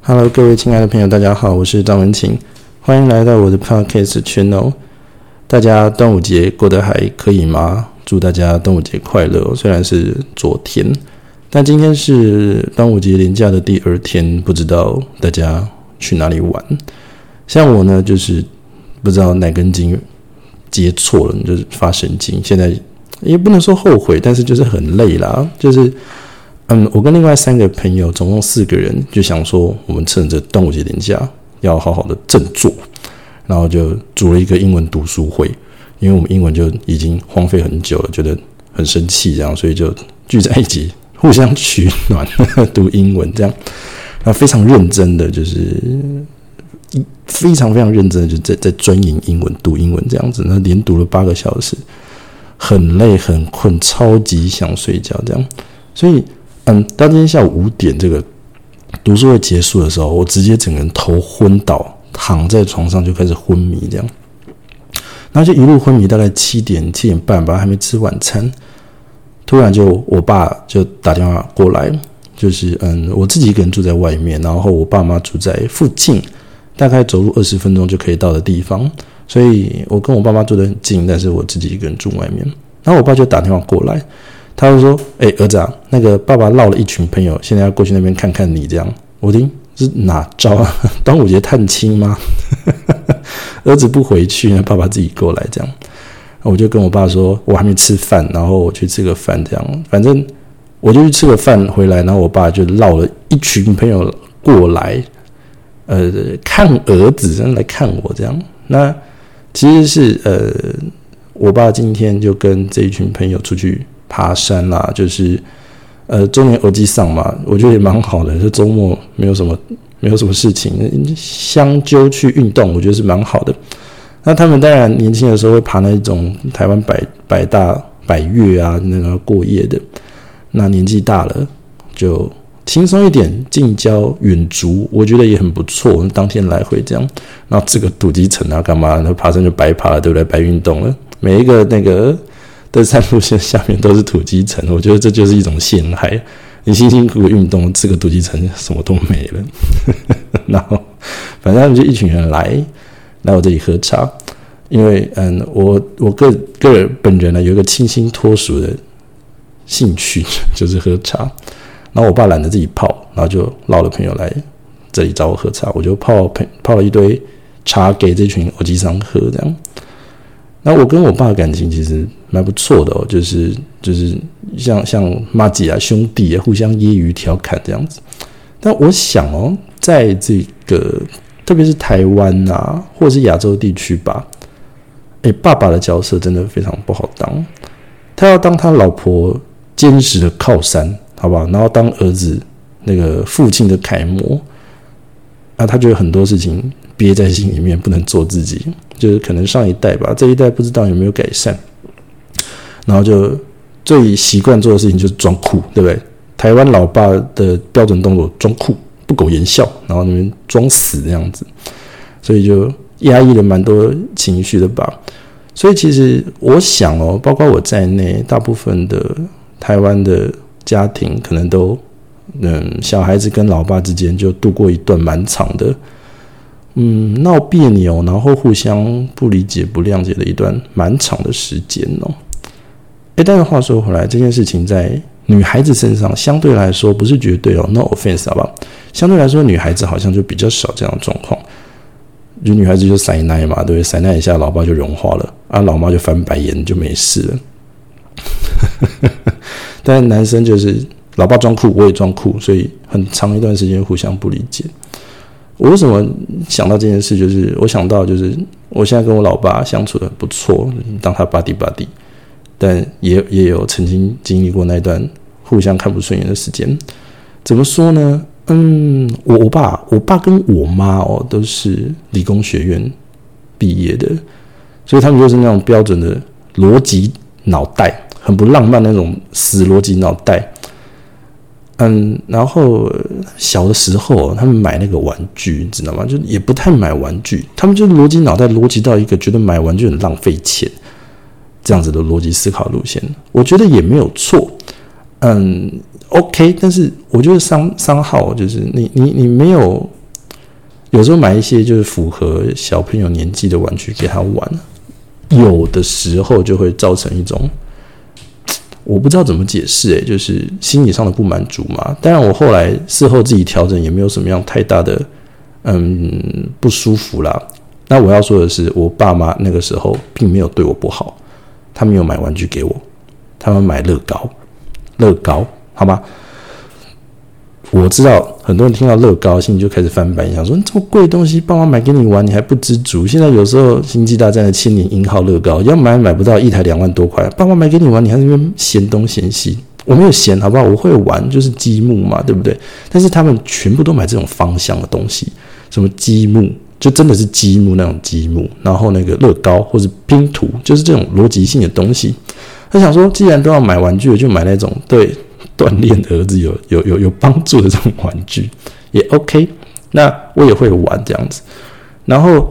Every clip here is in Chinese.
Hello， 各位亲爱的朋友，大家好，我是张文琴，欢迎来到我的 Podcast Channel。大家端午节过得还可以吗？祝大家端午节快乐。虽然是昨天，但今天是端午节连假的第二天，不知道大家去哪里玩。像我呢，就是不知道哪根筋接错了，就是发神经。现在也不能说后悔，但是就是很累啦，就是我跟另外3个朋友，总共4个人，就想说，我们趁着端午节连假要好好的振作，然后就组了一个英文读书会。因为我们英文就已经荒废很久了，觉得很生气，这样，所以就聚在一起，互相取暖，读英文这样。然后非常认真的，就是非常认真的，就在钻研英文，读英文这样子。那连读了8个小时，很累很困，超级想睡觉这样。所以到今天下午5点这个读书会结束的时候，我直接整个人头昏倒，躺在床上就开始昏迷这样，然后就一路昏迷，大概7点半吧，还没吃晚餐。突然我爸就打电话过来，就是我自己一个人住在外面，然后我爸妈住在附近，大概走路20分钟就可以到的地方，所以我跟我爸妈住得很近，但是我自己一个人住外面。然后我爸就打电话过来，他就说：“儿子啊，那个爸爸绕了一群朋友，现在要过去那边看看你这样。”我听是哪招啊？端午节探亲吗？儿子不回去，那爸爸自己过来这样。我就跟我爸说，我还没吃饭，然后我去吃个饭这样。反正我就去吃个饭回来，然后我爸就绕了一群朋友过来，看儿子，来看我这样。那其实是我爸今天就跟这一群朋友出去爬山啦，就是周年耳机上嘛，我觉得也蛮好的。这周末没有什么事情，相揪去运动，我觉得是蛮好的。那他们当然年轻的时候会爬那种台湾百岳啊，那个过夜的。那年纪大了就轻松一点，近郊远足，我觉得也很不错。当天来回这样，然后这个土鸡城啊，干嘛？那爬山就白爬了，对不对？白运动了。每一个那个登山路线下面都是土鸡城，我觉得这就是一种陷害。你辛辛苦苦运动，这个土鸡城什么都没了。然后反正他们就一群人来我这里喝茶，因为我个人本人呢有一个清新脱俗的兴趣，就是喝茶。然后我爸懒得自己泡，然后就捞了朋友来这里找我喝茶，我就泡了一堆茶给这群欧吉桑喝这样。那我跟我爸的感情其实蛮不错的哦，就是像麻吉啊兄弟啊，互相揶揄调侃这样子。但我想哦，在这个特别是台湾啊，或者是亚洲地区吧，爸爸的角色真的非常不好当。他要当他老婆坚实的靠山，好不好？然后当儿子那个父亲的楷模，他就有很多事情憋在心里面，不能做自己。就是可能上一代吧，这一代不知道有没有改善。然后就最习惯做的事情就是装酷，对不对？台湾老爸的标准动作，装酷，不苟言笑，然后那边装死这样子，所以就压抑了蛮多情绪的吧。所以其实我想哦，包括我在内，大部分的台湾的家庭可能都小孩子跟老爸之间就度过一段蛮长的闹别扭，然后互相不理解不谅解的一段蛮长的时间哦。但是话说回来，这件事情在女孩子身上相对来说不是绝对哦 ，no offense 好不好？相对来说，女孩子好像就比较少这样的状况。就女孩子就塞奶嘛，对不对？塞奶一下，老爸就融化了啊，老妈就翻白眼就没事了。但男生就是老爸装酷，我也装酷，所以很长一段时间互相不理解。我为什么想到这件事？就是我想到，就是我现在跟我老爸相处的不错，当他buddy，但也有曾经经历过那段互相看不顺眼的时间。怎么说呢？我爸跟我妈都是理工学院毕业的，所以他们就是那种标准的逻辑脑袋，很不浪漫那种死逻辑脑袋。然后小的时候他们买那个玩具，你知道吗？就也不太买玩具，他们就逻辑脑袋逻辑到一个觉得买玩具很浪费钱，这样子的逻辑思考路线，我觉得也没有错。OK， 但是我觉得商号就是你没有有时候买一些就是符合小朋友年纪的玩具给他玩，有的时候就会造成一种我不知道怎么解释就是心理上的不满足嘛。当然我后来事后自己调整也没有什么样太大的不舒服啦。那我要说的是，我爸妈那个时候并没有对我不好，他们有买玩具给我，他们买乐高好吗？我知道很多人听到乐高心里就开始翻白眼，想说这么贵的东西爸妈买给你玩你还不知足。现在有时候星际大战的千年1号乐高要买不到一台2万多块，爸妈买给你玩你还在那边嫌东嫌西。我没有嫌好不好，我会玩，就是积木嘛，对不对？但是他们全部都买这种方向的东西，什么积木就真的是积木那种积木，然后那个乐高或者拼图，就是这种逻辑性的东西。他想说既然都要买玩具，就买那种对锻炼儿子有帮助的这种玩具也 OK， 那我也会玩这样子。然后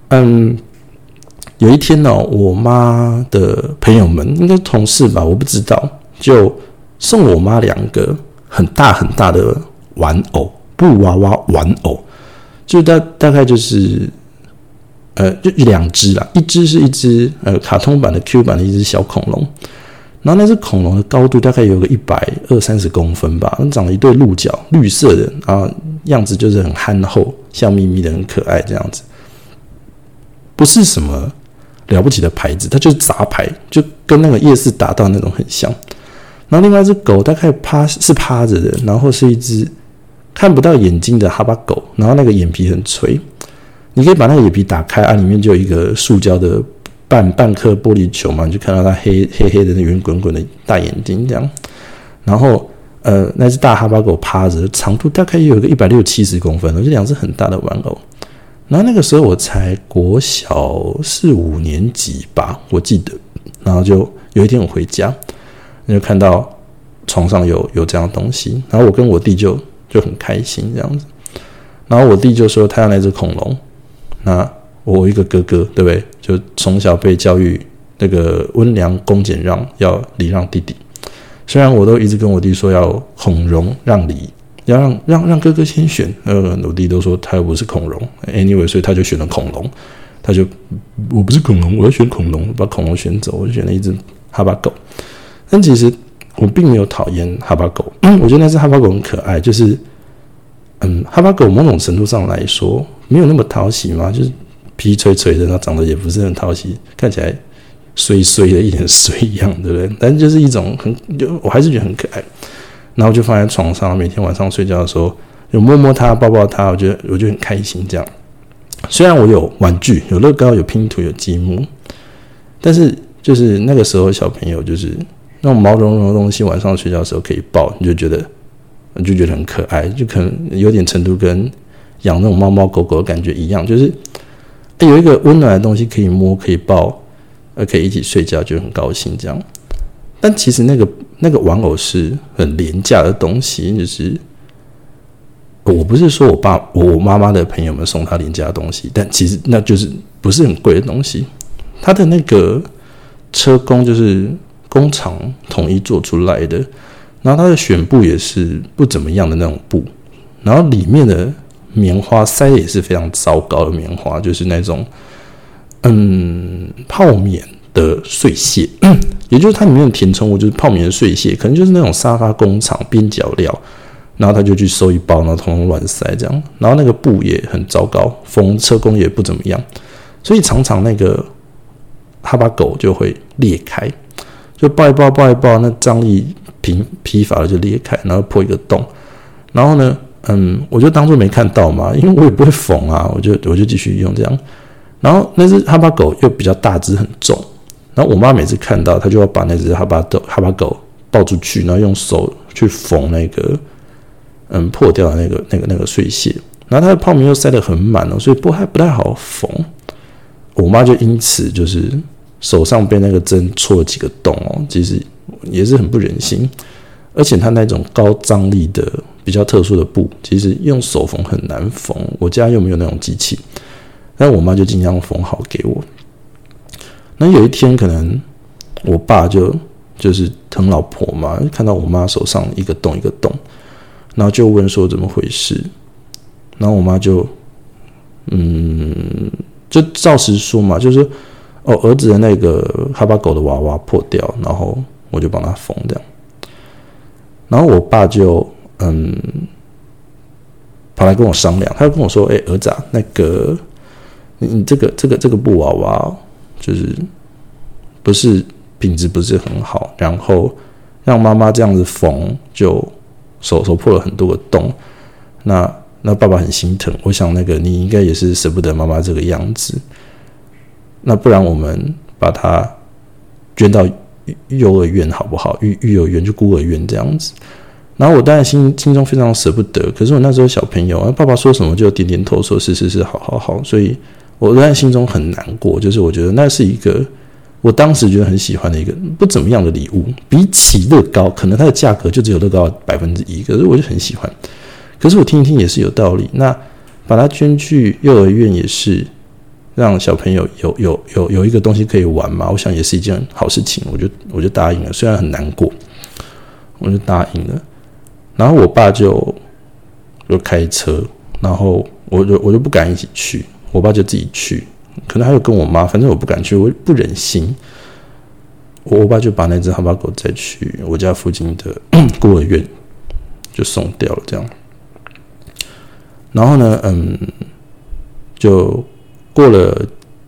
有一天我妈的朋友们应该同事吧，我不知道，就送我妈2个很大很大的玩偶，布娃娃玩偶，就大概就是就2只啦，一只是一只卡通版的 Q 版的一只小恐龙。然后那只恐龙的高度大概有个120-130公分吧，长了一对鹿角，绿色的，然后样子就是很憨厚，笑眯眯的，很可爱这样子。不是什么了不起的牌子，它就是杂牌，就跟那个夜市打到那种很像。然后另外一只狗大概趴着的，然后是一只看不到眼睛的哈巴狗，然后那个眼皮很垂，你可以把那个眼皮打开里面就有一个塑胶的半颗玻璃球嘛，你就看到它黑黑的圆滚滚的大眼睛这样。然后那只大哈巴狗趴着，长度大概也有个160-170公分，就2只很大的玩偶。然后那个时候我才国小4-5年级吧，我记得。然后就有一天我回家，就看到床上有这样的东西，然后我跟我弟就很开心这样子。然后我弟就说他要那只恐龙，那我一个哥哥对不对，就从小被教育那个温良恭俭让，要礼让弟弟。虽然我都一直跟我弟说要孔融让梨，要让哥哥先选，我弟都说他又不是恐龙 anyway， 所以他就选了恐龙。他就我不是恐龙，我要选恐龙，把恐龙选走，我就选了一只哈巴狗。但其实我并没有讨厌哈巴狗，我觉得那只哈巴狗很可爱，就是哈巴狗某种程度上来说没有那么讨喜嘛，就是皮垂垂的，然后长得也不是很讨喜，看起来衰衰的，一点水一样，对不对？但是就是一种我还是觉得很可爱。然后就放在床上，每天晚上睡觉的时候就摸摸它，抱抱它，我觉得很开心这样。虽然我有玩具，有乐高，有拼图，有积木，但是就是那个时候小朋友就是那种毛茸茸的东西，晚上睡觉的时候可以抱，你就觉得很可爱，就可能有点程度跟养那种猫猫狗狗的感觉一样，就是有一个温暖的东西可以摸，可以抱，可以一起睡觉，就很高兴这样。但其实那个玩偶是很廉价的东西，就是我不是说我妈妈的朋友们送她廉价的东西，但其实那就是不是很贵的东西。它的那个车工就是工厂统一做出来的，然后它的选布也是不怎么样的那种布，然后里面的棉花塞的也是非常糟糕的棉花，就是那种泡棉的碎屑，也就是它里面的填充物就是泡棉的碎屑，可能就是那种沙发工厂边角料，然后他就去收一包，然后通通乱塞这样，然后那个布也很糟糕，缝车工也不怎么样，所以常常那个哈巴狗就会裂开，就抱一抱，那张力疲乏了就裂开，然后破一个洞，然后呢我就当作没看到嘛，因为我也不会缝啊，我就继续用这样。然后那只哈巴狗又比较大只很重，然后我妈每次看到她就要把那只哈巴狗抱出去，然后用手去缝那个破掉的那个碎屑，然后它的泡棉又塞得很满所以不太好缝。我妈就因此就是手上被那个针戳了几个洞其实也是很不忍心。而且它那种高张力的比较特殊的布，其实用手缝很难缝，我家又没有那种机器，但我妈就尽量缝好给我。那有一天可能我爸就是疼老婆嘛，看到我妈手上一个洞一个洞，然后就问说怎么回事，然后我妈就就照实说嘛，就是儿子的那个哈巴狗的娃娃破掉，然后我就帮他缝这样。然后我爸就跑来跟我商量，他就跟我说：“儿子啊，那个你这个布娃娃就是不是品质不是很好，然后让妈妈这样子缝，就手破了很多个洞。那爸爸很心疼，我想那个你应该也是舍不得妈妈这个样子。那不然我们把它捐到幼儿园好不好？育儿园就孤儿院这样子。”然后我当然心中非常舍不得，可是我那时候小朋友，爸爸说什么就点点头，说是，好，所以我当然心中很难过，就是我觉得那是一个我当时觉得很喜欢的一个不怎么样的礼物，比起乐高，可能它的价格就只有乐高1%，可是我就很喜欢。可是我听一听也是有道理，那把它捐去幼儿园也是让小朋友有一个东西可以玩嘛，我想也是一件好事情，我就答应了，虽然很难过，我就答应了。然后我爸就开车，然后我就不敢一起去，我爸就自己去，可能还有跟我妈，反正我不敢去，我不忍心。我爸就把那只哈巴狗再去我家附近的孤儿院就送掉了，这样。然后呢，就过了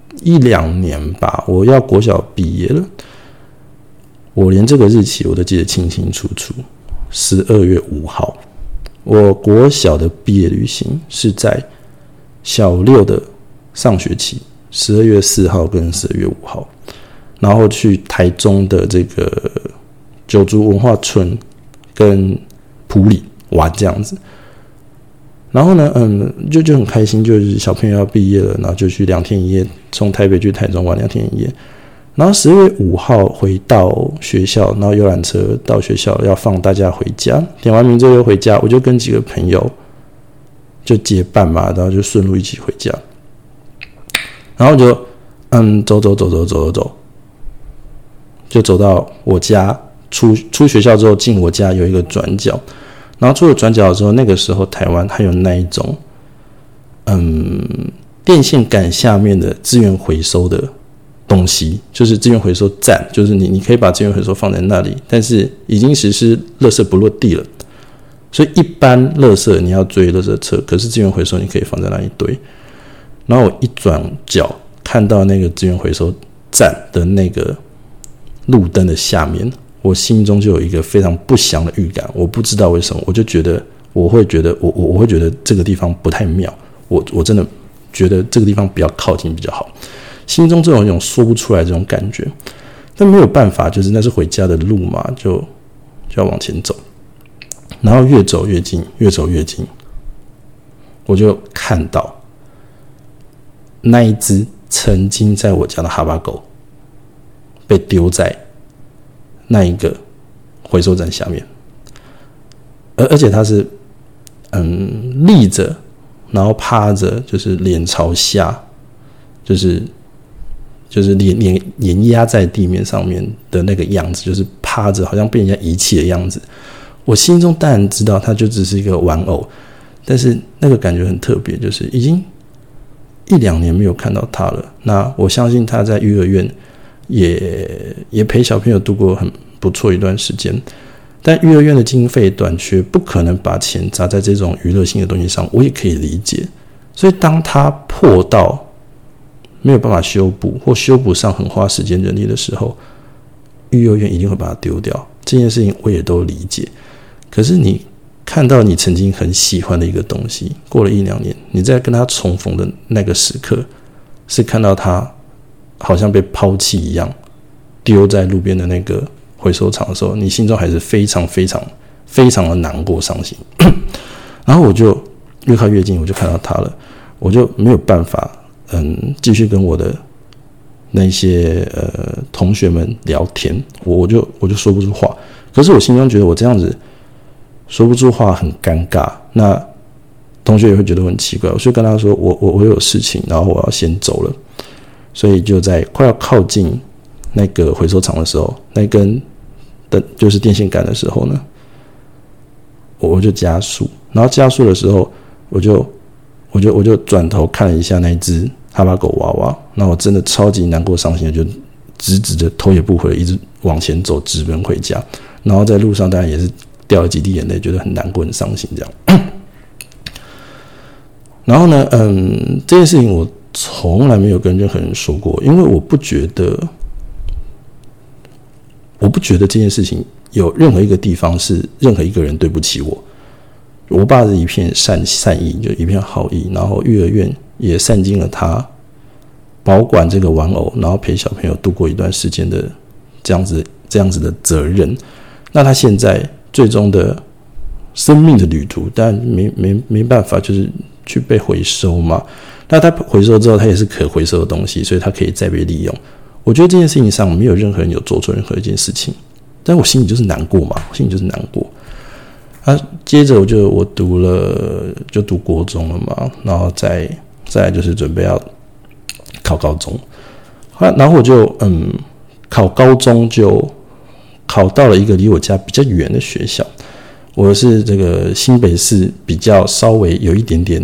1-2年吧，我要国小毕业了，我连这个日期我都记得清清楚楚。12月5号，我国小的毕业旅行是在小6的上学期，12月4号跟12月5号，然后去台中的这个九族文化村跟埔里玩这样子。然后呢，就很开心，就是小朋友要毕业了，然后就去2天1夜，从台北去台中玩2天1夜。然后12月5号回到学校，然后游览车到学校要放大家回家，点完名之后又回家，我就跟几个朋友就结伴嘛，然后就顺路一起回家。然后就走，就走到我家，出学校之后进我家有一个转角，然后出了转角之后，那个时候台湾还有那一种电线杆下面的资源回收的东西，就是资源回收站，就是你可以把资源回收放在那里，但是已经实施垃圾不落地了，所以一般垃圾你要追垃圾车，可是资源回收你可以放在那里堆。然后我一转角看到那个资源回收站的那个路灯的下面，我心中就有一个非常不祥的预感，我不知道为什么，我会觉得这个地方不太妙，我真的觉得这个地方不要靠近比较好。心中这种说不出来这种感觉，但没有办法，就是那是回家的路嘛，就要往前走，然后越走越近，我就看到那一只曾经在我家的哈巴狗被丢在那一个回收站下面，而且它是立着，然后趴着，就是脸朝下，就是脸压在地面上面的那个样子，就是趴着，好像被人家遗弃的样子。我心中当然知道它就只是一个玩偶，但是那个感觉很特别，就是已经1-2年没有看到它了。那我相信它在育儿院也陪小朋友度过很不错一段时间，但育儿院的经费短缺，不可能把钱砸在这种娱乐性的东西上，我也可以理解。所以当它破到没有办法修补，或修补上很花时间人力的时候，育儿院一定会把它丢掉。这件事情我也都理解。可是你看到你曾经很喜欢的一个东西，过了1-2年，你在跟它重逢的那个时刻，是看到它好像被抛弃一样丢在路边的那个回收场的时候，你心中还是非常非常非常的难过伤心。然后我就越靠越近，我就看到它了，我就没有办法继续跟我的那些同学们聊天，我就说不出话。可是我心中觉得我这样子说不出话很尴尬，那同学也会觉得我很奇怪，我就跟他说我有事情，然后我要先走了。所以就在快要靠近那个回收场的时候，那根的就是电线杆的时候呢，我就加速，然后加速的时候我就我就转头看了一下那一只哈巴狗娃娃，那我真的超级难过伤心的，就直直的头也不回一直往前走，直奔回家。然后在路上当然也是掉了几滴眼泪，觉得很难过很伤心这样。然后呢这件事情我从来没有跟任何人说过，因为我不觉得这件事情有任何一个地方是任何一个人对不起我。我爸是一片善意，就一片好意，然后幼儿园也善尽了他保管这个玩偶，然后陪小朋友度过一段时间的这样子的责任。那他现在最终的生命的旅途，当然没办法，就是去被回收嘛。那他回收之后，他也是可回收的东西，所以他可以再被利用。我觉得这件事情上没有任何人有做错任何一件事情，但我心里就是难过嘛，接着我读国中了嘛，然后再来就是准备要考高中，然后我就考高中就考到了一个离我家比较远的学校。我是这个新北市比较稍微有一点点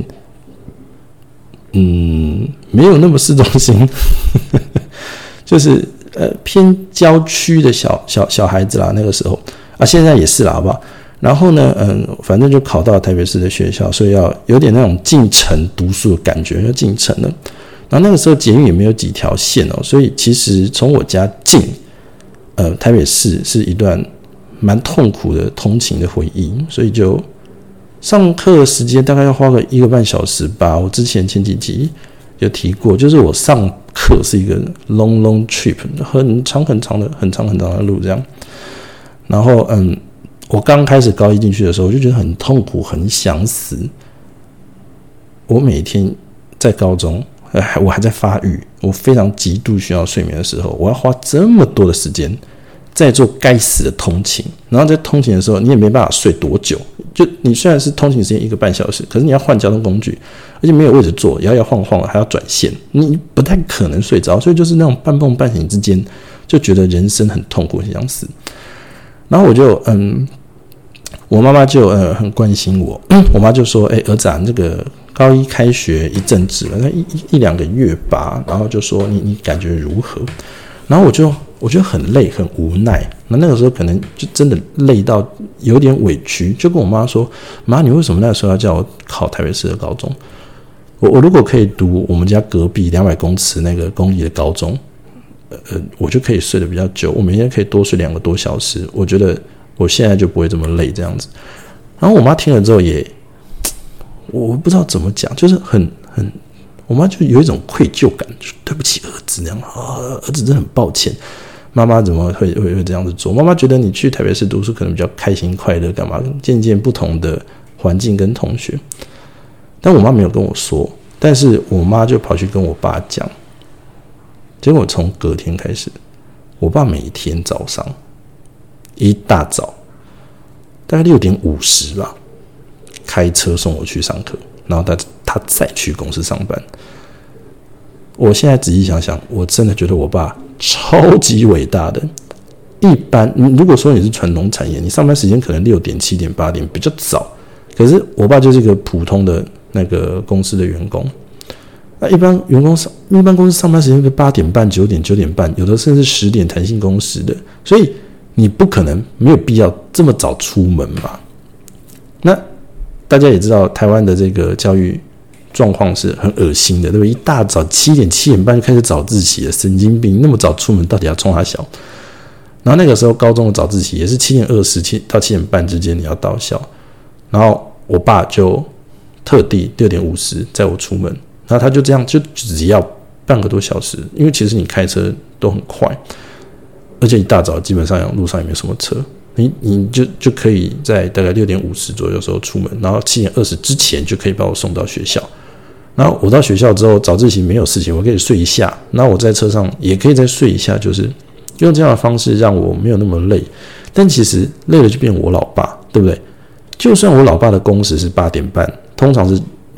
没有那么市中心就是偏郊区的小孩子啦，那个时候现在也是啦，好不好？然后呢反正就考到台北市的学校，所以要有点那种进城读书的感觉，要进城了。然后那个时候捷运也没有几条线所以其实从我家进台北市是一段蛮痛苦的通勤的回忆，所以就上课时间大概要花个1个半小时吧。我之前前几集有提过，就是我上课是一个 long trip， 很长的路这样。然后我刚开始高一进去的时候，我就觉得很痛苦，很想死。我每天在高中，我还在发育，我非常极度需要睡眠的时候，我要花这么多的时间在做该死的通勤。然后在通勤的时候，你也没办法睡多久。就你虽然是通勤时间1个半小时，可是你要换交通工具，而且没有位置坐，摇摇晃晃还要转线，你不太可能睡着。所以就是那种半梦半醒之间，就觉得人生很痛苦，很想死。然后我就我妈妈就很关心我，我妈就说儿子这个高一开学一阵子了，那一两个月吧，然后就说你感觉如何？然后我觉得很累很无奈，那个时候可能就真的累到有点委屈，就跟我妈说，妈，你为什么那个时候要叫我考台北市的高中？我如果可以读我们家隔壁200公尺那个公立的高中，我就可以睡得比较久，我每天可以多睡2个多小时，我觉得我现在就不会这么累这样子。然后我妈听了之后也，我不知道怎么讲，就是我妈就有一种愧疚感，就对不起儿子那样儿子真的很抱歉，妈妈怎么会这样子做？妈妈觉得你去台北市读书可能比较开心快乐，干嘛见见不同的环境跟同学。但我妈没有跟我说，但是我妈就跑去跟我爸讲。结果从隔天开始，我爸每天早上一大早大概6点50吧，开车送我去上课，然后他再去公司上班。我现在仔细想想，我真的觉得我爸超级伟大的。一般如果说你是传统产业，你上班时间可能6点、7点、8点比较早，可是我爸就是一个普通的那个公司的员工。那一般公司上班时间是8点半、9点、9点半，有的甚至10点弹性工时的，所以你不可能没有必要这么早出门嘛。那大家也知道，台湾的这个教育状况是很恶心的，对不对？一大早7点半就开始早自习了，神经病！那么早出门到底要冲他小？然后那个时候高中的早自习也是7点20到7点半之间你要到校，然后我爸就特地6点50载我出门。然后他就这样，就只要半个多小时，因为其实你开车都很快，而且一大早基本上路上也没什么车，你就可以在大概6点50左右的时候出门，然后7点20之前就可以把我送到学校。然后我到学校之后，早自习没有事情，我可以睡一下，然后我在车上也可以再睡一下，就是用这样的方式让我没有那么累。但其实累了就变我老爸，对不对？就算我老爸的工时是8点半，通常是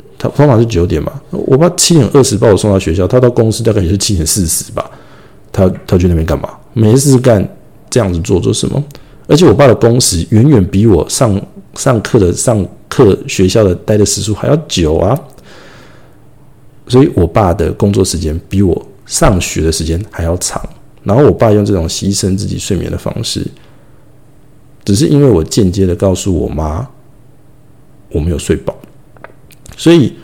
9点嘛，我爸7点20把我送到学校，他到公司大概也是7点40吧。他去那边干嘛？没事干，这样子做什么？而且我爸的工时远远比我上课学校的待的时数还要久啊。 所以我爸的工作时间比我上学的时间还要长。然后我爸用这种牺牲自己睡眠的方式，只是因为我间接的告诉我妈我没有睡饱，所以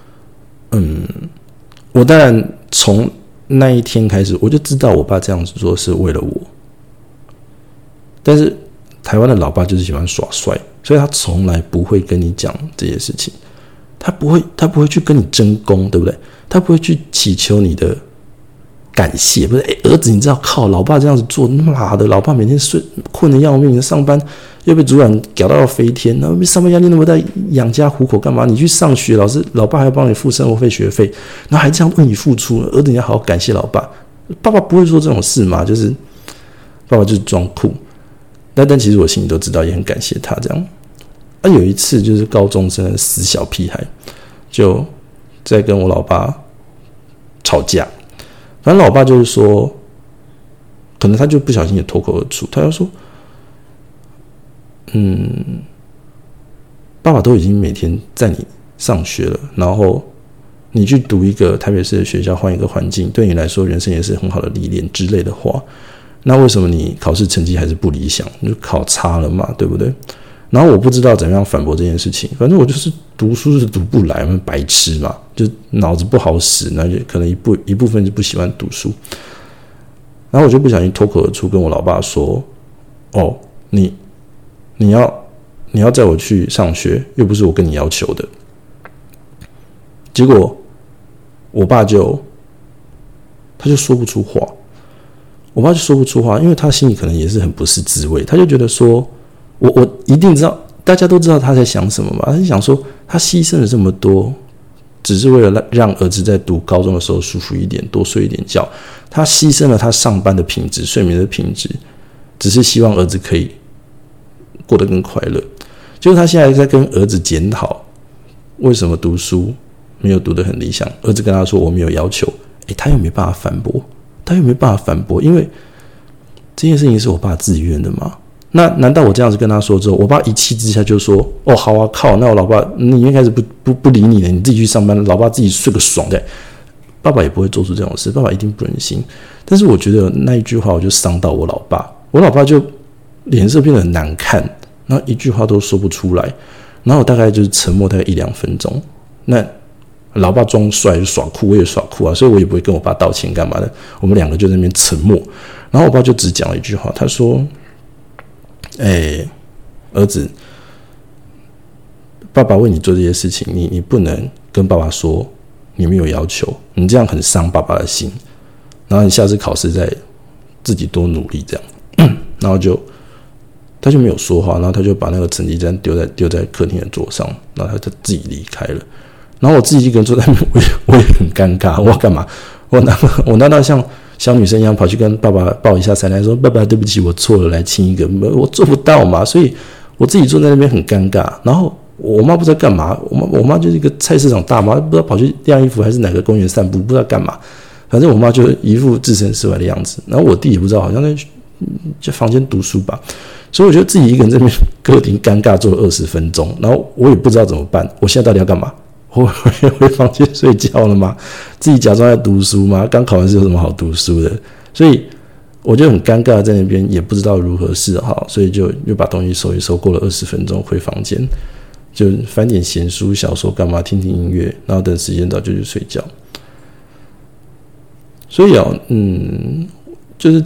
我当然从那一天开始我就知道我爸这样子做是为了我。但是台湾的老爸就是喜欢耍帅，所以他从来不会跟你讲这些事情，他不会去跟你争功，对不对？他不会去祈求你的感谢，不是？儿子，你知道，靠，老爸这样子做，妈的，老爸每天困得要命，上班又被主管搞到要飞天，然后上班压力那么大，养家糊口干嘛？你去上学，老爸还要帮你付生活费、学费，然后还这样为你付出，儿子你要好好感谢老爸。爸爸不会说这种事嘛，就是爸爸就是装酷，但其实我心里都知道，也很感谢他这样。有一次就是高中生的死小屁孩，就在跟我老爸吵架。反正老爸就是说，可能他就不小心也脱口而出，他就说：“爸爸都已经每天在你上学了，然后你去读一个台北市的学校，换一个环境，对你来说人生也是很好的历练之类的话。那为什么你考试成绩还是不理想？你就考差了嘛，对不对？”然后我不知道怎么样反驳这件事情，反正我就是读书是读不来，我们白痴嘛，就脑子不好使，那就可能一部分就不喜欢读书。然后我就不小心脱口而出跟我老爸说：“哦，你要载我去上学，又不是我跟你要求的。”结果我爸他就说不出话，我爸就说不出话，因为他心里可能也是很不是滋味，他就觉得说。我一定知道，大家都知道他在想什么吧？他是想说，他牺牲了这么多，只是为了让儿子在读高中的时候舒服一点，多睡一点觉。他牺牲了他上班的品质、睡眠的品质，只是希望儿子可以过得更快乐。结果他现在在跟儿子检讨，为什么读书没有读得很理想？儿子跟他说：“我没有要求。”他又没办法反驳，因为这件事情是我爸自愿的嘛。那难道我这样子跟他说之后，我爸一气之下就说：“哦，好啊，靠！那我老爸你应该是不理你了，你自己去上班，老爸自己睡个爽的。”爸爸也不会做出这种事，爸爸一定不忍心。但是我觉得那一句话我就伤到我老爸，我老爸就脸色变得很难看，然后一句话都说不出来，然后我大概就是沉默大概1-2分钟。那老爸装帅就耍酷，我也耍酷啊，所以我也不会跟我爸道歉干嘛的。我们两个就在那边沉默，然后我爸就只讲了一句话，他说：“儿子，爸爸为你做这些事情，你不能跟爸爸说你没有要求，你这样很伤爸爸的心。然后你下次考试再自己多努力，这样。”然后他就没有说话，然后他就把那个成绩单丢在客厅的桌上，然后他就自己离开了。然后我自己一个人坐在那边，我也很尴尬，我要干嘛？我难道像小女生一样跑去跟爸爸抱一下才来说：“爸爸，对不起，我错了，来亲一个。”我做不到嘛，所以我自己坐在那边很尴尬。然后我妈不知道干嘛，我妈就是一个菜市场大妈，不知道跑去晾衣服还是哪个公园散步，不知道干嘛。反正我妈就一副置身事外的样子。然后我弟也不知道，好像在房间读书吧。所以我觉得自己一个人在那边客厅尴尬坐了20分钟，然后我也不知道怎么办。我现在到底要干嘛？我回房间睡觉了吗？自己假装在读书吗？刚考完试有什么好读书的？所以我就很尴尬在那边，也不知道如何是好，所以就又把东西收一收。过了20分钟，回房间就翻点闲书、小说干嘛，听听音乐，然后等时间到就去睡觉。所以就是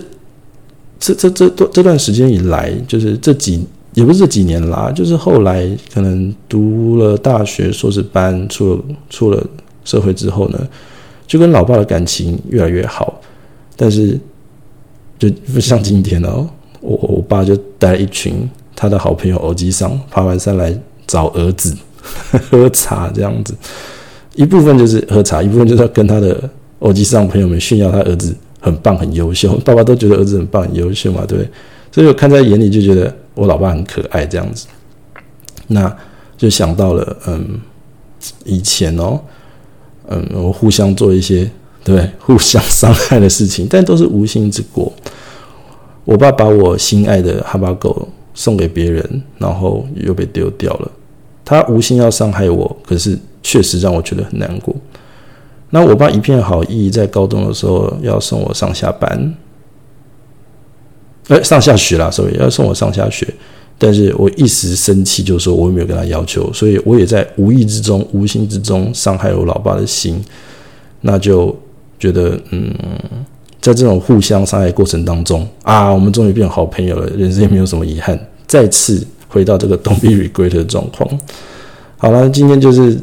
这段时间以来，就是也不是这几年啦，就是后来可能读了大学硕士班，出了社会之后呢，就跟老爸的感情越来越好。但是就不像今天哦，我爸就带了一群他的好朋友欧吉桑爬完山来找儿子喝茶这样子，一部分就是喝茶，一部分就是要跟他的欧吉桑朋友们炫耀他儿子很棒很优秀，爸爸都觉得儿子很棒很优秀嘛，对不对？所以我看在眼里就觉得我老爸很可爱这样子，那就想到了以前我互相做一些对不对互相伤害的事情，但都是无心之过。我爸把我心爱的哈巴狗送给别人，然后又被丢掉了。他无心要伤害我，可是确实让我觉得很难过。 那我爸一片好意，在高中的时候要送我上下班，上下学啦 ，sorry， 要送我上下学。但是我一时生气，就说我没有跟他要求，所以我也在无意之中、无心之中伤害我老爸的心。那就觉得，在这种互相伤害过程当中啊，我们终于变好朋友了，人生也没有什么遗憾，再次回到这个 don't be regret 的状况。好了，今天就是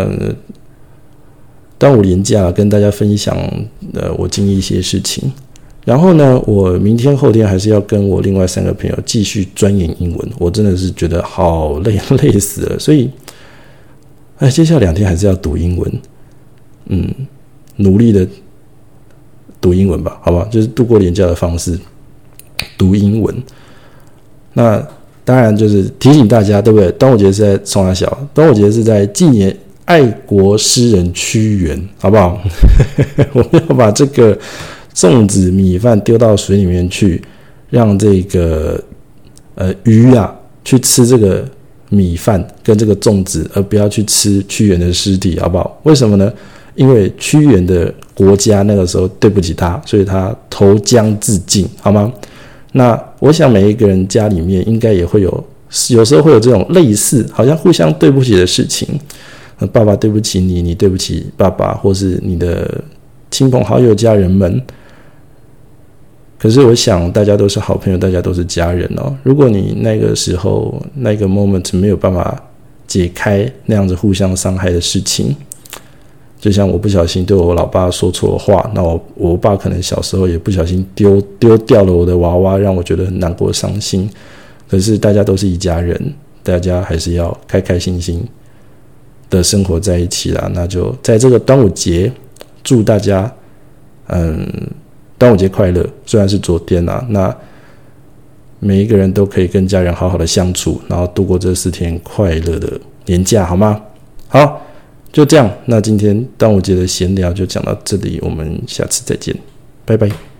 端午连假跟大家分享我经历一些事情。然后呢，我明天后天还是要跟我另外3个朋友继续钻研英文，我真的是觉得好累，累死了。所以，接下来2天还是要读英文，努力的读英文吧，好不好？就是度过连假的方式，读英文。那当然就是提醒大家，对不对？端午节是在冲啥小？端午节是在纪念爱国诗人屈原，好不好？我们要把这个粽子米饭丢到水里面去，让这个鱼啊去吃这个米饭跟这个粽子，而不要去吃屈原的尸体，好不好？为什么呢？因为屈原的国家那个时候对不起他，所以他投江自尽，好吗？那我想每一个人家里面应该也会有时候会有这种类似好像互相对不起的事情，爸爸对不起你，你对不起爸爸，或是你的亲朋好友家人们。可是我想大家都是好朋友，大家都是家人哦。如果你那个时候那个 moment 没有办法解开那样子互相伤害的事情，就像我不小心对我老爸说错话，那我爸可能小时候也不小心丢掉了我的娃娃，让我觉得很难过伤心。可是大家都是一家人，大家还是要开开心心的生活在一起啦。那就在这个端午节，祝大家端午节快乐。虽然是昨天啦，那每一个人都可以跟家人好好的相处，然后度过这4天快乐的连假，好吗？好，就这样。那今天端午节的闲聊就讲到这里，我们下次再见，拜拜。